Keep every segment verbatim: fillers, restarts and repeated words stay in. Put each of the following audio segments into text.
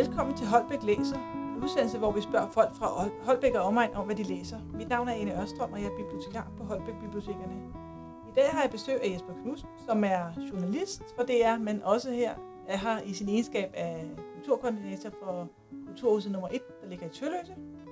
Velkommen til Holbæk Læser, en udsendelse, hvor vi spørger folk fra Holbæk og omegn om, hvad de læser. Mit navn er Ane Ørstrøm, og jeg er bibliotekar på Holbæk Bibliotekerne. I dag har jeg besøg af Jesper Knudsen, som er journalist for D R, men også her er her i sin egenskab af kulturkoordinator for Kulturhuset nummer et, der ligger i Tølløse.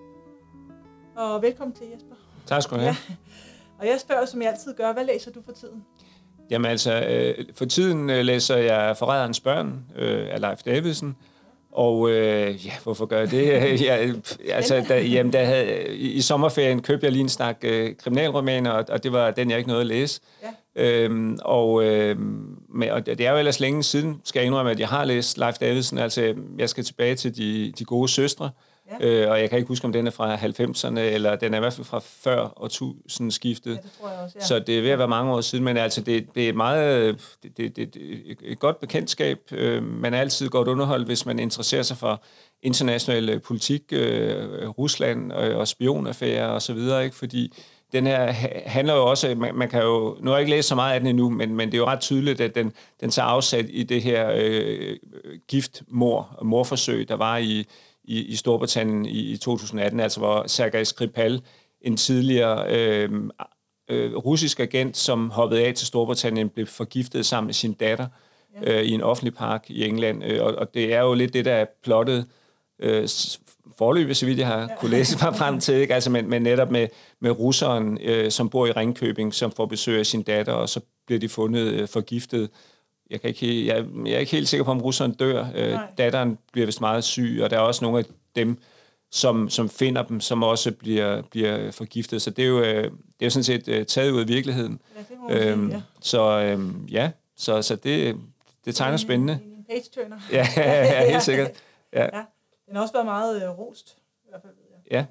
Og velkommen til, Jesper. Tak skal du have. Ja. Og jeg spørger, som jeg altid gør, hvad læser du for tiden? Jamen altså, øh, for tiden øh, læser jeg Forræderens børn øh, af Leif Davidsen. Og øh, ja, hvorfor gør jeg det? ja, altså, da, jamen, da havde, i, i sommerferien købte jeg lige en snak øh, kriminalromaner, og, og det var den, jeg ikke nåede at læse. Ja. Øhm, og, øh, med, og det er jo ellers længe siden, skal jeg indrømme, at jeg har læst Leif Davidsen. Altså, jeg skal tilbage til De, de gode søstre. Ja. Øh, og jeg kan ikke huske, om den er fra halvfemserne, eller den er i hvert fald fra før årtusindskiftet. Ja, det tror jeg også, ja. Så det er ved at være mange år siden, men altså det, det er meget det, det, det, det, et godt bekendtskab. Øh, man er altid godt underholdt, hvis man interesserer sig for international politik, øh, Rusland og, og spionaffærer og så videre, ikke? Fordi den her handler jo også, man, man kan jo, nu har jeg ikke læst så meget af den endnu, men, men det er jo ret tydeligt, at den, den tager afsat i det her øh, giftmord og mordforsøg, der var i I, i Storbritannien i, i to tusind atten, altså hvor Sergej Skripal, en tidligere øh, øh, russisk agent, som hoppede af til Storbritannien, blev forgiftet sammen med sin datter øh, i en offentlig park i England. Øh, og, og det er jo lidt det, der er plottet øh, forløbet, så vidt jeg har kunne læse mig frem til, ikke? Altså, men, men netop med, med russeren, øh, som bor i Ringkøbing, som får besøg af sin datter, og så bliver de fundet øh, forgiftet. Jeg, kan ikke, jeg, jeg er ikke helt sikker på, om russeren dør. Øh, datteren bliver vist meget syg, og der er også nogle af dem, som, som finder dem, som også bliver, bliver forgiftet. Så det er jo, øh, det er jo sådan set øh, taget ud af virkeligheden. Ja, det øhm, sige, ja. Så øh, ja, så, så det, det tegner spændende. En, en page-turner. Ja, ja, helt sikkert. Ja. Ja, den har også været meget øh, rost, i hvert fald. Ja.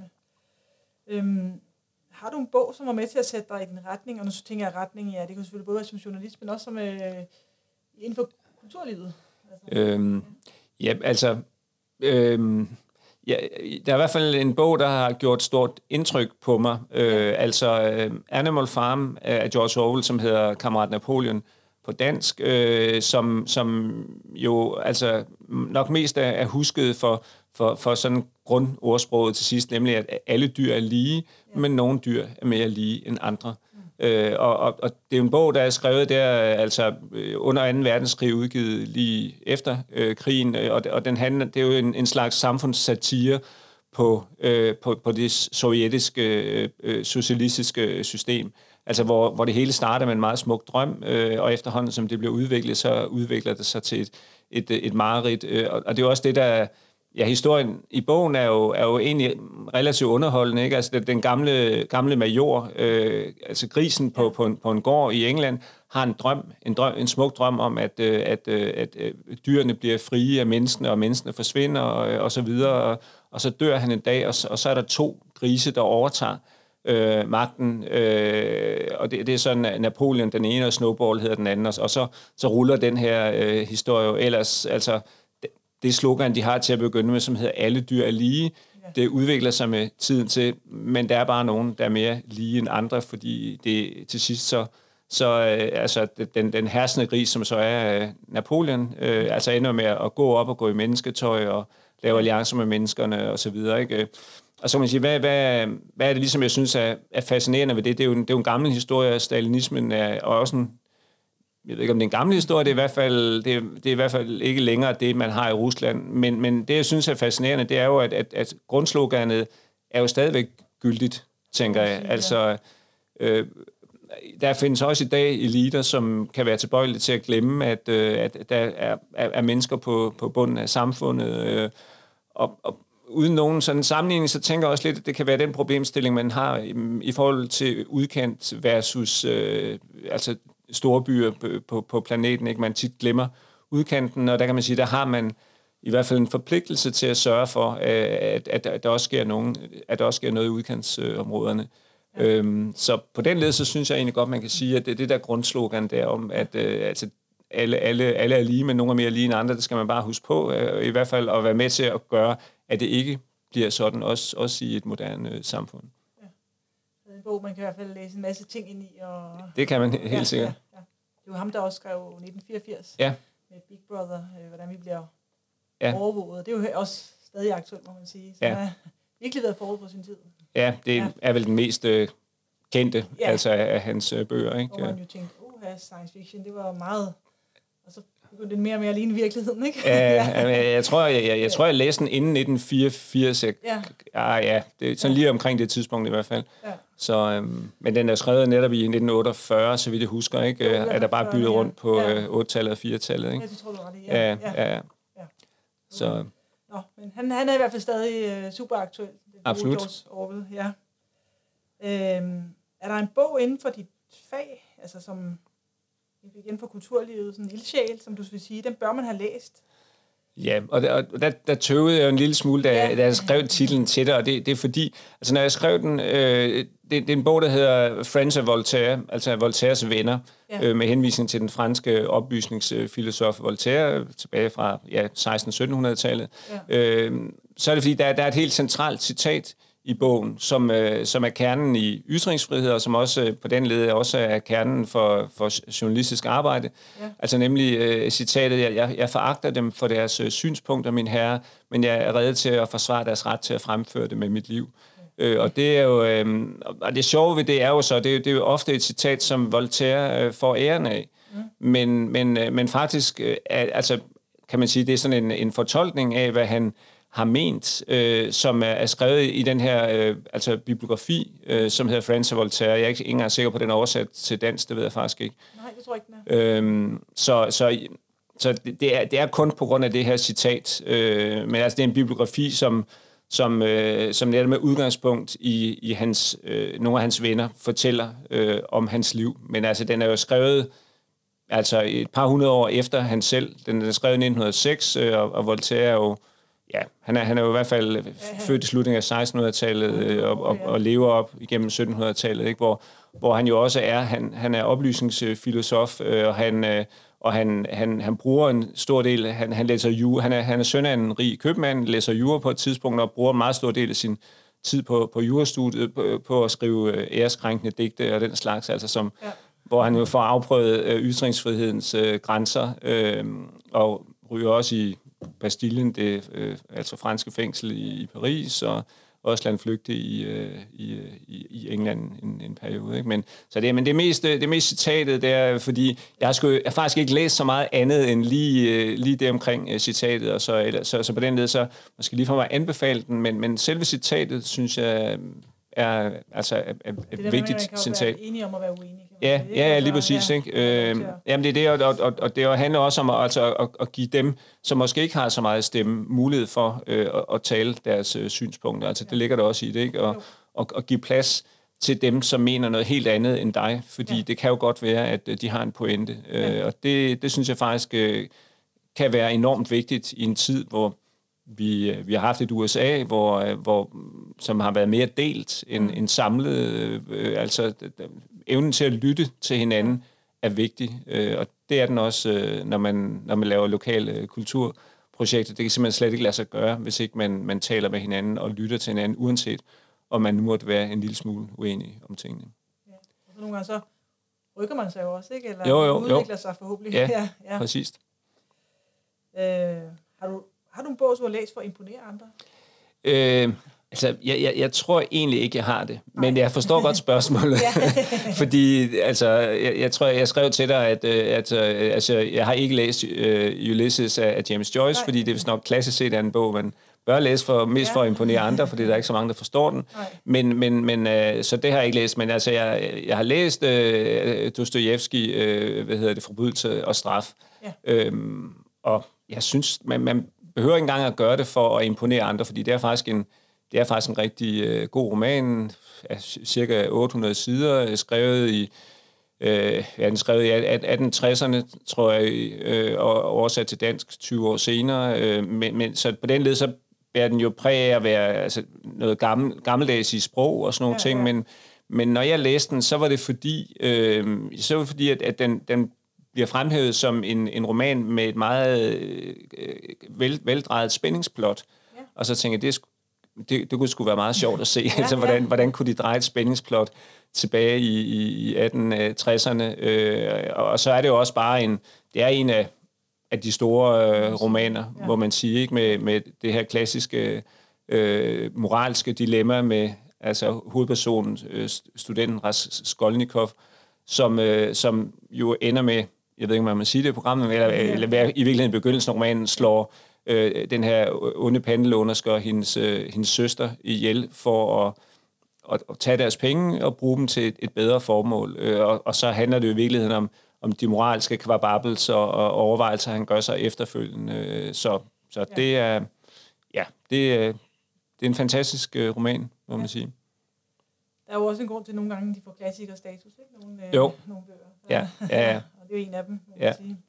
Øhm, har du en bog, som var med til at sætte dig i den retning? Og nu tænker jeg retning, ja, det kan selvfølgelig både være som journalist, men også som øh, inden for kulturlivet? Altså, øhm, ja, altså... Øhm, ja, der er i hvert fald en bog, der har gjort stort indtryk på mig. Øh, altså øh, Animal Farm af George Orwell, som hedder Kammerat Napoleon på dansk, øh, som, som jo altså nok mest er, er husket for, for, for sådan grundordsproget til sidst, nemlig at alle dyr er lige, ja. Men nogle dyr er mere lige end andre. Øh, og, og, og det er en bog, der er skrevet der, altså under anden verdenskrig, udgivet lige efter øh, krigen, og, og den handler, det er jo en, en slags samfundssatire på, øh, på, på det sovjetiske øh, socialistiske system, altså hvor, hvor det hele starter med en meget smuk drøm, øh, og efterhånden som det bliver udviklet, så udvikler det sig til et, et, et mareridt, øh, og, og det er også det, der ja, historien i bogen er jo, er jo egentlig relativt underholdende, ikke? Altså, den gamle, gamle major, øh, altså grisen på, på, en, på en gård i England, har en drøm, en, drøm, en smuk drøm om, at, at, at, at, at dyrene bliver frie af menneskene, og menneskene forsvinder, og, og så videre, og, og så dør han en dag, og, og så er der to grise, der overtager øh, magten, øh, og det, det er sådan, Napoleon den ene, og Snowball hedder den anden, og, og så, så ruller den her øh, historie ellers, altså det slogan, de har til at begynde med, som hedder alle dyr er lige, det udvikler sig med tiden til, men der er bare nogen, der er mere lige end andre, fordi det til sidst så, så øh, altså den, den herskende gris, som så er øh, Napoleon, øh, altså ender med at gå op og gå i mennesketøj og lave alliancer med menneskerne og så videre, ikke? Og så kan man sige, hvad, hvad, hvad er det ligesom, jeg synes er, er fascinerende ved det? Det er jo en, det er jo en gammel historie, stalinismen er og også en jeg ved ikke, om det er en gammel historie, det er i hvert fald, det er, det er i hvert fald ikke længere det, man har i Rusland. Men, men det, jeg synes er fascinerende, det er jo, at, at, at grundsloganet er jo stadigvæk gyldigt, tænker jeg. Altså, øh, der findes også i dag eliter, som kan være tilbøjelige til at glemme, at, øh, at der er, er mennesker på, på bunden af samfundet. Øh, og, og uden nogen sådan sammenligning, så tænker jeg også lidt, at det kan være den problemstilling, man har i, i forhold til udkant versus øh, altså store byer på, på planeten, ikke? Man tit glemmer udkanten, og der kan man sige, der har man i hvert fald en forpligtelse til at sørge for, at, at, at, der, også sker nogen, at der også sker noget i udkantsområderne. Ja. Øhm, så på den led, så synes jeg egentlig godt, man kan sige, at det er det der grundslogan der om, at øh, altså, alle, alle, alle er lige, men nogle er mere lige end andre, det skal man bare huske på, øh, i hvert fald at være med til at gøre, at det ikke bliver sådan, også, også i et moderne øh, samfund. En bog, man kan i hvert fald læse en masse ting ind i. Og det kan man helt ja, sikkert. Ja, ja. Det var ham, der også skrev nitten fireogfirs ja. med Big Brother, øh, hvordan vi bliver ja. overvåget. Det er jo også stadig aktuelt, må man sige. Så ja. han har virkelig været forud for sin tid. Ja, det ja. er vel den mest øh, kendte ja. altså af hans øh, bøger. Ikke? Hvor man jo tænkte, uha, science fiction, det var meget... Og så begyndte det mere og mere at ligne virkeligheden, ikke? Ja, ja. jeg, tror, jeg, jeg, jeg tror, jeg læste den inden nitten fireogfirs. Ja. Ah, ja, det er sådan lige omkring det tidspunkt i hvert fald. Ja. Så, øhm, men den er skrevet netop i nitten otteogfyrre, så vidt jeg husker, ikke? Jo, er der bare byttet rundt på ja. øh, otte-tallet og fire-tallet, ikke? Ja, det tror du ret i. Ja, ja, ja. ja. ja. Så... Nå, men han, han er i hvert fald stadig uh, super aktuel. Absolut. Orwell, ja. Øhm, er der en bog inden for dit fag, altså som igen for kulturlivet, sådan en ildsjæl, som du vil sige, den bør man have læst? Ja, og der, og der, der tøvede jeg jo en lille smule, da, ja. da jeg skrev titlen til det, og det, det er fordi, altså når jeg skrev den, øh, det, det er en bog, der hedder Friends of Voltaire, altså Voltaires venner, ja. øh, med henvisning til den franske oplysningsfilosof Voltaire, tilbage fra ja, seksten-syttenhundrede-tallet. Ja. Øh, så er det fordi, der, der er et helt centralt citat i bogen, som, øh, som er kernen i ytringsfrihed, og som også øh, på den led også er kernen for, for journalistisk arbejde. Ja. Altså nemlig øh, citatet, jeg, jeg foragter dem for deres øh, synspunkter, min herre, men jeg er rede til at forsvare deres ret til at fremføre det med mit liv. Ja. Øh, og det er jo, øh, og det sjove ved det er jo så, det er, det er jo ofte et citat, som Voltaire øh, får æren af, ja. men, men, øh, men faktisk, øh, altså kan man sige, det er sådan en, en fortolkning af, hvad han har ment, øh, som er, er skrevet i den her øh, altså bibliografi, øh, som hedder Friends of Voltaire. Jeg er ikke engang sikker på, at den er oversat til dansk, det ved jeg faktisk ikke. Nej, det tror jeg ikke, øhm, Så, så, så det, er, det er kun på grund af det her citat. Øh, men altså, det er en bibliografi, som, som, øh, som netop med udgangspunkt i, i hans, øh, nogle af hans venner fortæller øh, om hans liv. Men altså, den er jo skrevet altså et par hundrede år efter han selv. Den er skrevet i nitten hundrede og seks, øh, og, og Voltaire er jo Ja, han er, han er jo i hvert fald ja, født i slutningen af sekstenhundrede-tallet øh, og, og, og lever op igennem syttenhundrede-tallet, ikke? Hvor, hvor han jo også er, han, han er oplysningsfilosof, øh, og, han, øh, og han, han, han bruger en stor del, han, han læser jura, han er, han er søn af en rig købmand, læser jura på et tidspunkt, og bruger en meget stor del af sin tid på, på jurastudiet, på, på at skrive æreskrænkende digte og den slags, altså som, ja. hvor han jo får afprøvet øh, ytringsfrihedens øh, grænser, øh, og ryger også i Bastillen, det øh, altså franske fængsel i, i Paris, og også landflygte i, øh, i, i, i England en, en periode. Ikke? Men, så det, men det mest, det mest citatet, det er, fordi jeg har, sgu, jeg har faktisk ikke læst så meget andet end lige, lige det omkring uh, citatet, og så, eller, så, så på den led, så måske lige for mig anbefale den, men, men selve citatet, synes jeg, er altså er, er et det vigtigt man kan citat. Være enige om at være uenige. Ja, ja, ja, lige præcis. Ja, ikke? Øh, jamen det er det, og, og, og det handler også om at, altså, at, at give dem, som måske ikke har så meget stemme, mulighed for øh, at, at tale deres øh, synspunkter. Altså ja. Det ligger der også i det, ikke? Og, og, og give plads til dem, som mener noget helt andet end dig, fordi ja. Det kan jo godt være, at de har en pointe. Ja. Øh, og det, det synes jeg faktisk øh, kan være enormt vigtigt i en tid, hvor Vi, vi har haft et U S A, hvor, hvor, som har været mere delt end, mm. end samlet. Øh, altså, evnen til at lytte til hinanden er vigtig, øh, og det er den også, øh, når, man, når man laver lokale kulturprojekter. Det kan simpelthen slet ikke lade sig gøre, hvis ikke man, man taler med hinanden og lytter til hinanden, uanset om man nu måtte være en lille smule uenig om tingene. Ja. Og så nogle gange så rykker man sig jo også, ikke? Eller jo, jo, udvikler jo. sig forhåbentlig. Ja, ja, ja. Præcis. Øh, har du Har du en bog, du har læst for at imponere andre? Øh, altså, jeg, jeg, jeg tror egentlig ikke, jeg har det. Men jeg forstår godt spørgsmålet. Fordi, altså, jeg, jeg tror, jeg skrev til dig, at, at altså, jeg har ikke læst uh, Ulysses af James Joyce, Nej. Fordi det er vist nok klassisk set af en bog, man bør læse for, mest ja. for at imponere andre, fordi der er ikke så mange, der forstår den. Men, men, men uh, så det har jeg ikke læst. Men altså, jeg, jeg har læst uh, Dostojevskij, uh, hvad hedder det, Forbrydelse og straf. Ja. Øhm, og jeg synes, man, man behøver ikke engang at gøre det for at imponere andre, fordi det er faktisk en, det er faktisk en rigtig øh, god roman, cirka otte hundrede sider, skrevet i, øh, ja, den skrevet i atten tresserne, tror jeg, øh, og oversat til dansk tyve år senere. Øh, men, men så på den led, så bærer den jo præg af at være altså, noget gammel, gammeldags i sprog og sådan nogle ja, ting, ja. Men, men når jeg læste den, så var det fordi, øh, så var det fordi at, at den, den bliver fremhævet som en, en roman med et meget øh, vel, veldrejet spændingsplot. Ja. Og så tænker jeg, det, det, det kunne sgu være meget sjovt at se, ja, altså, hvordan, ja. hvordan kunne de dreje et spændingsplot tilbage i, i, i atten tresserne. Øh, og så er det jo også bare en, det er en af af de store øh, romaner, Ja. må man sige, ikke? Med, med det her klassiske øh, moralske dilemma med altså hovedpersonen, øh, studenten Raskolnikov, som, øh, som jo ender med, jeg ved ikke, om man må sige det i programmet, eller, ja. eller hvad, i virkeligheden i begyndelsen af romanen slår øh, den her onde pandelundersker hendes, øh, hendes søster ihjel for at, at, at tage deres penge og bruge dem til et, et bedre formål. Øh, og, og så handler det jo i virkeligheden om, om de moralske kvababelser og overvejelser, han gør sig efterfølgende. Så, så ja. det er ja, det er, det er en fantastisk øh, roman, må man ja. sige. Der er jo også en grund til, at nogle gange de får klassikerstatus, ikke? Nogle, øh, jo. nogle bøger. Ja, ja, ja. Og det er jo en af dem, må ja. man sige.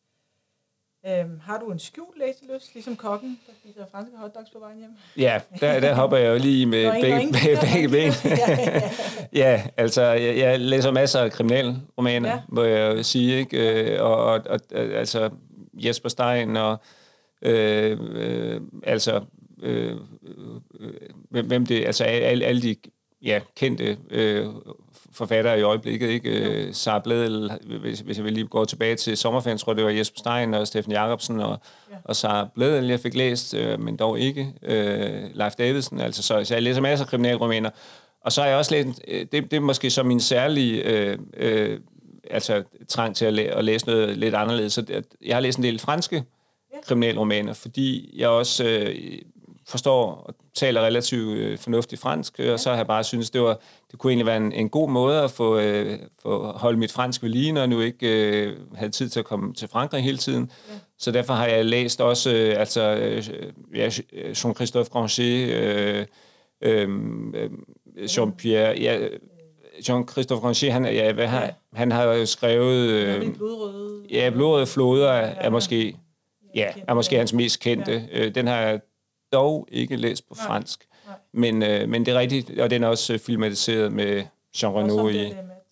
Øhm, har du en skjult læselyst, ligesom kokken, der spiser franske hotdogs på vejen hjem? Ja, der, der hopper jeg jo lige med begge, begge, begge ben. ja, ja. ja, altså, jeg, jeg læser masser af kriminalromaner, ja. må jeg jo sige, ikke? Og, og, og altså, Jesper Stein og øh, øh, altså, øh, øh, hvem det, altså alle, alle de ja, kendte øh, forfattere i øjeblikket, ikke? Sara Blædel, hvis, hvis jeg vil lige gå tilbage til sommerferien, tror jeg, det var Jesper Stein og Steffen Jacobsen og, ja. og Sara Blædel, jeg fik læst, øh, men dog ikke øh, Leif Davidsen, altså, så, så jeg læser masser af kriminalromaner. Og så har jeg også læst, øh, det, det er måske så min særlige øh, øh, altså, trang til at, læ- at læse noget lidt anderledes. Så det, jeg har læst en del franske ja. kriminalromaner, fordi jeg også øh, forstår og taler relativt øh, fornuftigt fransk, og så har jeg bare synes det var det kunne egentlig være en, en god måde at få, øh, få holde mit fransk ved lige, når jeg nu ikke øh, havde tid til at komme til Frankrig hele tiden. Ja. Så derfor har jeg læst også øh, altså øh, ja, Jean-Christophe Granger, øh, øh, Jean-Pierre, ja, Jean-Christophe Granger, han, ja, hvad, han, han har jo skrevet øh, blodrøde, ja, blodrøde floder er, er måske ja, er måske hans mest kendte. Ja. Den har jeg dog ikke læst på fransk. Nej. Men, øh, men det er rigtigt, og den er også filmatiseret med Jean Reno i.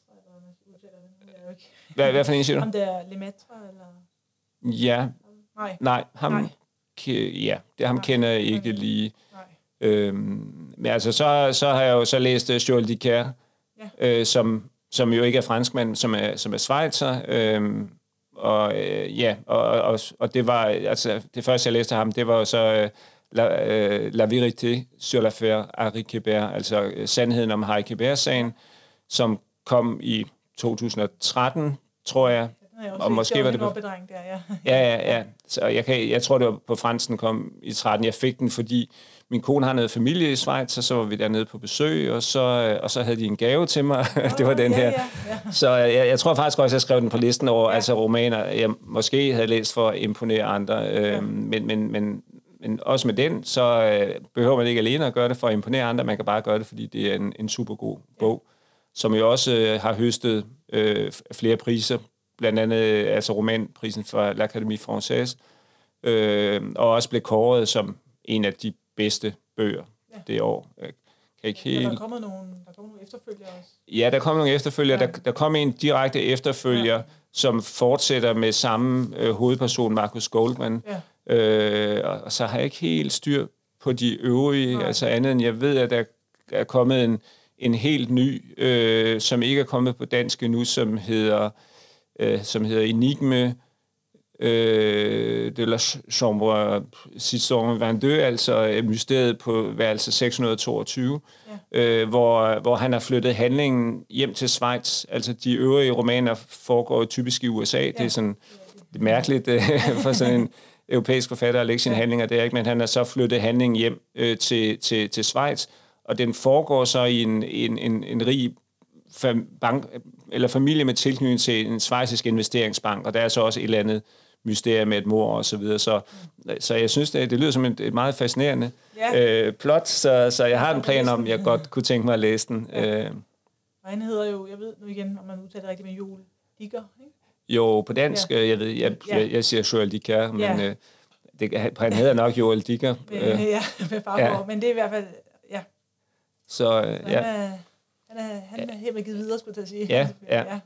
Hvad, hvad for en siger du? Om det er Lemaitre, eller? Ja. Nej. Nej, ham, Nej. Ke, ja, det ham Nej. kender jeg ikke Nej. lige. Nej. Øhm, men altså, så, så har jeg jo så læst uh, Joël Dicker, ja. øh, som, som jo ikke er franskmand, som er, som er schweizer. Øhm, og øh, ja, og, og, og det var, altså, det første jeg læste af ham, det var jo så øh, La, øh, La Vérité sur l'affaire Harry Quebert, altså øh, sandheden om Harry Quebert-sagen, som kom i to tusind og tretten, tror jeg. Ja, og måske var det på... Der, ja. ja, ja, ja. Så jeg, kan, jeg tror, det var på fransk, den kom i tretten. Jeg fik den, fordi min kone har noget familie i Schweiz, og så var vi dernede på besøg, og så, og så havde de en gave til mig. Oh, det var den ja, her. Ja, ja. Så jeg, jeg tror faktisk også, jeg skrev den på listen over ja. altså romaner, jeg måske havde læst for at imponere andre. Ja. Øhm, men, men, men, men også med den, så øh, behøver man ikke alene at gøre det for at imponere andre. Man kan bare gøre det, fordi det er en, en super god bog, ja. som jo også øh, har høstet øh, flere priser. Blandt andet altså romanprisen for l'Académie Française, øh, og også blev kåret som en af de bedste bøger ja. det år. Jeg kan ikke helt... Ja, der er kommet nogle, der kommer nogle efterfølgere også. Ja, der kom nogle efterfølgere. Ja. Der, der kom en direkte efterfølger, ja. som fortsætter med samme øh, hovedperson, Marcus Goldman. Ja. Øh, og, og så har jeg ikke helt styr på de øvrige, Nej. altså andet end jeg ved, at der er kommet en, en helt ny, øh, som ikke er kommet på dansk endnu, som hedder... Øh, som hedder Enigme øh, de la chambre seks cent vingt-to, altså mysteriet på værelse seks hundrede og toogtyve, ja. øh, hvor, hvor han har flyttet handlingen hjem til Schweiz. Altså de øvrige romaner foregår typisk i U S A. Ja. Det er sådan det er mærkeligt øh, for sådan en europæisk forfatter at lægge sine ja. handlinger der, ikke? Men han har så flyttet handlingen hjem øh, til, til, til Schweiz, og den foregår så i en, en, en, en rig bank, eller familie med tilknytning til en schweizisk investeringsbank, og der er så også et eller andet mysterium med et mord og så videre. Så, så jeg synes, det, det lyder som et, et meget fascinerende ja. øh, plot, så, så jeg har en plan om, jeg godt kunne tænke mig at læse den. Ja. Øh. Og han hedder jo, jeg ved nu igen, om man udtaler rigtigt med Joel Dicker, ikke? Jo, på dansk, ja. jeg ved, jeg, ja. jeg, jeg siger Joel Dicker, men ja. øh, det, han hedder nok Joel Dicker. Øh, ja, med farfor, ja. men det er i hvert fald, ja. Så, øh, så ja. Han er, han er helt med givet videre, skulle jeg sige. Ja, ja. ja.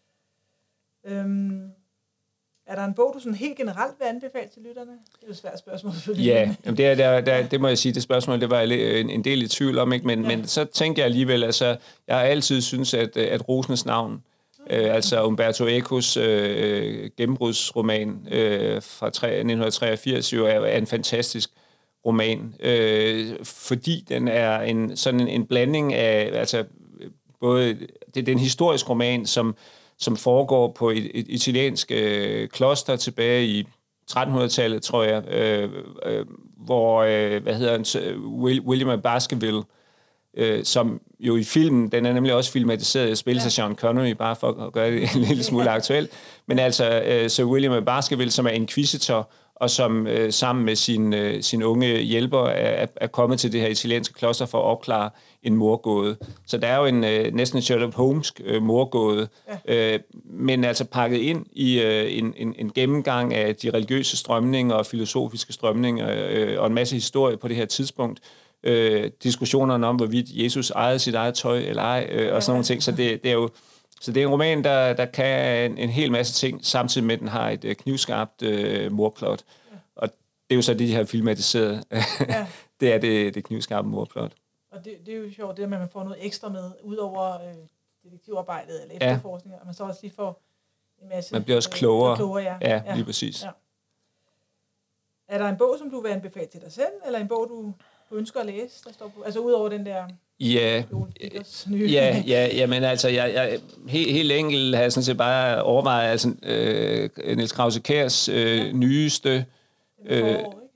Øhm, er der en bog, du sådan helt generelt vil anbefale til lytterne? Det er jo et svært spørgsmål, selvfølgelig. Ja, jamen det, er, der, der, det må jeg sige, det spørgsmål, det var en, en del i tvivl om, ikke? Men, ja. men så tænker jeg alligevel, altså, jeg har altid synes, at, at Rosens navn Øh, altså Umberto Ecos øh, gennembrudsroman øh, fra nitten treogfirs jo er, er en fantastisk roman, øh, fordi den er en sådan en, en blanding af, altså både, det er en historisk roman, som, som foregår på et, et italiensk øh, kloster tilbage i trettenhundredetallet, tror jeg, øh, øh, hvor, øh, hvad hedder han, William af Baskerville, øh, som jo i filmen, den er nemlig også filmatiseret, spillet af Sean Connery, bare for at gøre det en lille smule aktuelt, men altså, øh, så William af Baskerville, som er inquisitor, og som øh, sammen med sin, øh, sin unge hjælper er, er kommet til det her italienske kloster for at opklare en mordgåde. Så der er jo en øh, næsten Sherlock Holmesk øh, mordgåde, ja. øh, men altså pakket ind i øh, en, en, en gennemgang af de religiøse strømninger og filosofiske strømninger øh, og en masse historie på det her tidspunkt. Øh, diskussionerne om, hvorvidt Jesus ejede sit eget tøj eller ej, øh, og sådan nogle ting. Så det, det er jo Så det er en roman, der, der kan en, en hel masse ting, samtidig med, at den har et uh, knivskarpt uh, mordplot. Ja. Og det er jo så det, de har filmatiseret. Ja. Det er det, det knivskarpe mordplot. Og det, det er jo sjovt, det at man får noget ekstra med, ud over øh, detektivarbejdet eller efterforskning, ja. Og man så også lige får en masse... Man bliver også klogere. Øh, klogere ja. Ja, ja, lige præcis. Ja. Er der en bog, som du vil anbefale til dig selv, eller en bog, du, du ønsker at læse, der står på, altså ud over den der... Ja, ja, ja, ja, men altså, jeg, jeg, helt, helt enkelt har jeg sådan set bare overvejet, altså, øh, Niels Krause-Kjærs øh, ja. nyeste... Øh,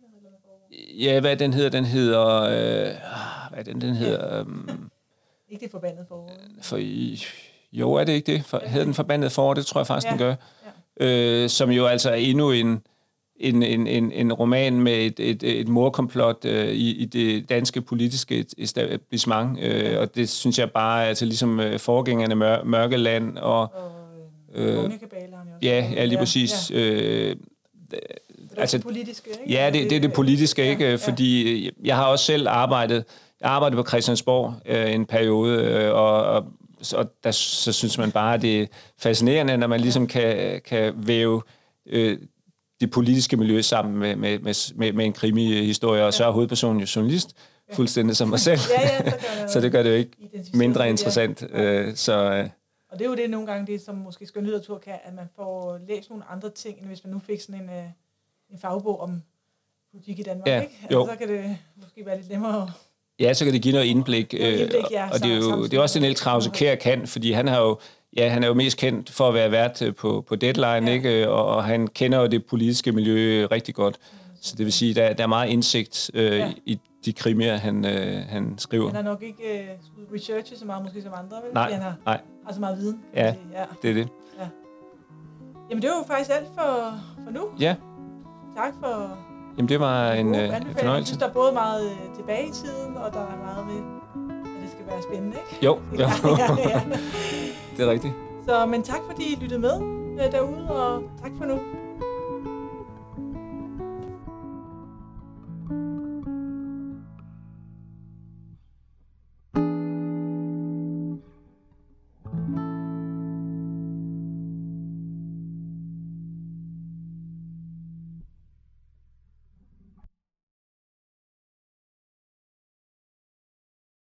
ja, hvad den hedder? Den hedder... Øh, hvad den, den hedder... Øh, ikke det forbandede forår. For, jo, er det ikke det? For, hedder den forbandede forår? Det tror jeg faktisk, ja. den gør. Ja. Øh, som jo altså er endnu en... En, en, en, en roman med et, et, et mordkomplot øh, i, i det danske politiske etablissement, øh, og det synes jeg bare, altså ligesom øh, forgængerne Mør, Mørkeland og... og øh, Ungekabale, han jo også. Ja, ja, lige præcis. Ja. Øh, det er altså, det politiske, ikke? Ja, det, det er det politiske, ikke? Ja, fordi jeg har også selv arbejdet, jeg arbejdede på Christiansborg øh, en periode, øh, og, og, og der så synes man bare, at det er fascinerende, når man ligesom kan, kan væve... Øh, det politiske miljø sammen med, med, med, med en krimi-historie, og ja. så er hovedpersonen jo journalist, fuldstændig som mig selv. ja, ja, så, det så det gør det jo ikke mindre interessant. Ja. Øh, så, øh. Og det er jo det nogle gange, det som måske skønlitteratur kan, at man får læst nogle andre ting, end hvis man nu fik sådan en, en fagbog om politik i Danmark, ja, ikke? Altså, så kan det måske være lidt nemmere. Ja, så kan det give noget indblik. Noget indblik ja, og det er jo det er også det, Niels Krause-Kjær kan, fordi han har jo Ja, han er jo mest kendt for at være vært på, på Deadline, ja. ikke? Og, og han kender jo det politiske miljø rigtig godt. Så det vil sige, at der, der er meget indsigt øh, ja. i de krimier, han, øh, han skriver. Han har nok ikke uh, researchet så meget måske som andre, vel? Nej, han har, nej. har så meget viden. Ja, ja, det er det. Ja. Jamen, det var jo faktisk alt for, for nu. Ja. Tak for... Jamen, det var en, øh, en fornøjelse. Jeg synes, der er både meget øh, tilbage i tiden, og der er meget ved, at det skal være spændende, ikke? Jo, jo. ja, ja, ja. Det er rigtigt. Så, men tak fordi I lyttede med øh, derude, og tak for nu.